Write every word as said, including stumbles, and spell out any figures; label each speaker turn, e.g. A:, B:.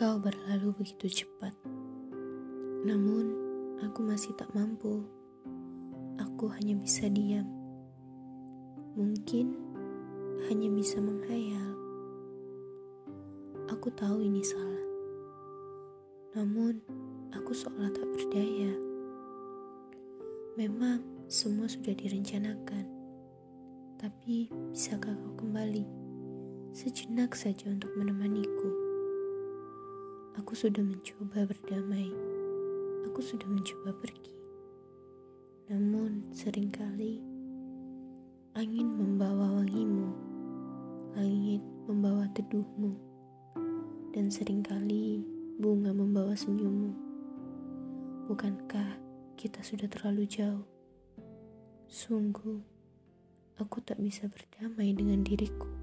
A: Kau berlalu begitu cepat, namun aku masih tak mampu. Aku hanya bisa diam, mungkin hanya bisa menghayal. Aku tahu ini salah, namun aku seolah tak berdaya. Memang semua sudah direncanakan, tapi bisakah kau kembali sejenak saja untuk menemaniku? Aku sudah mencoba berdamai, aku sudah mencoba pergi. Namun seringkali angin membawa wangimu, langit membawa teduhmu, dan seringkali bunga membawa senyummu. Bukankah kita sudah terlalu jauh? Sungguh, aku tak bisa berdamai dengan diriku.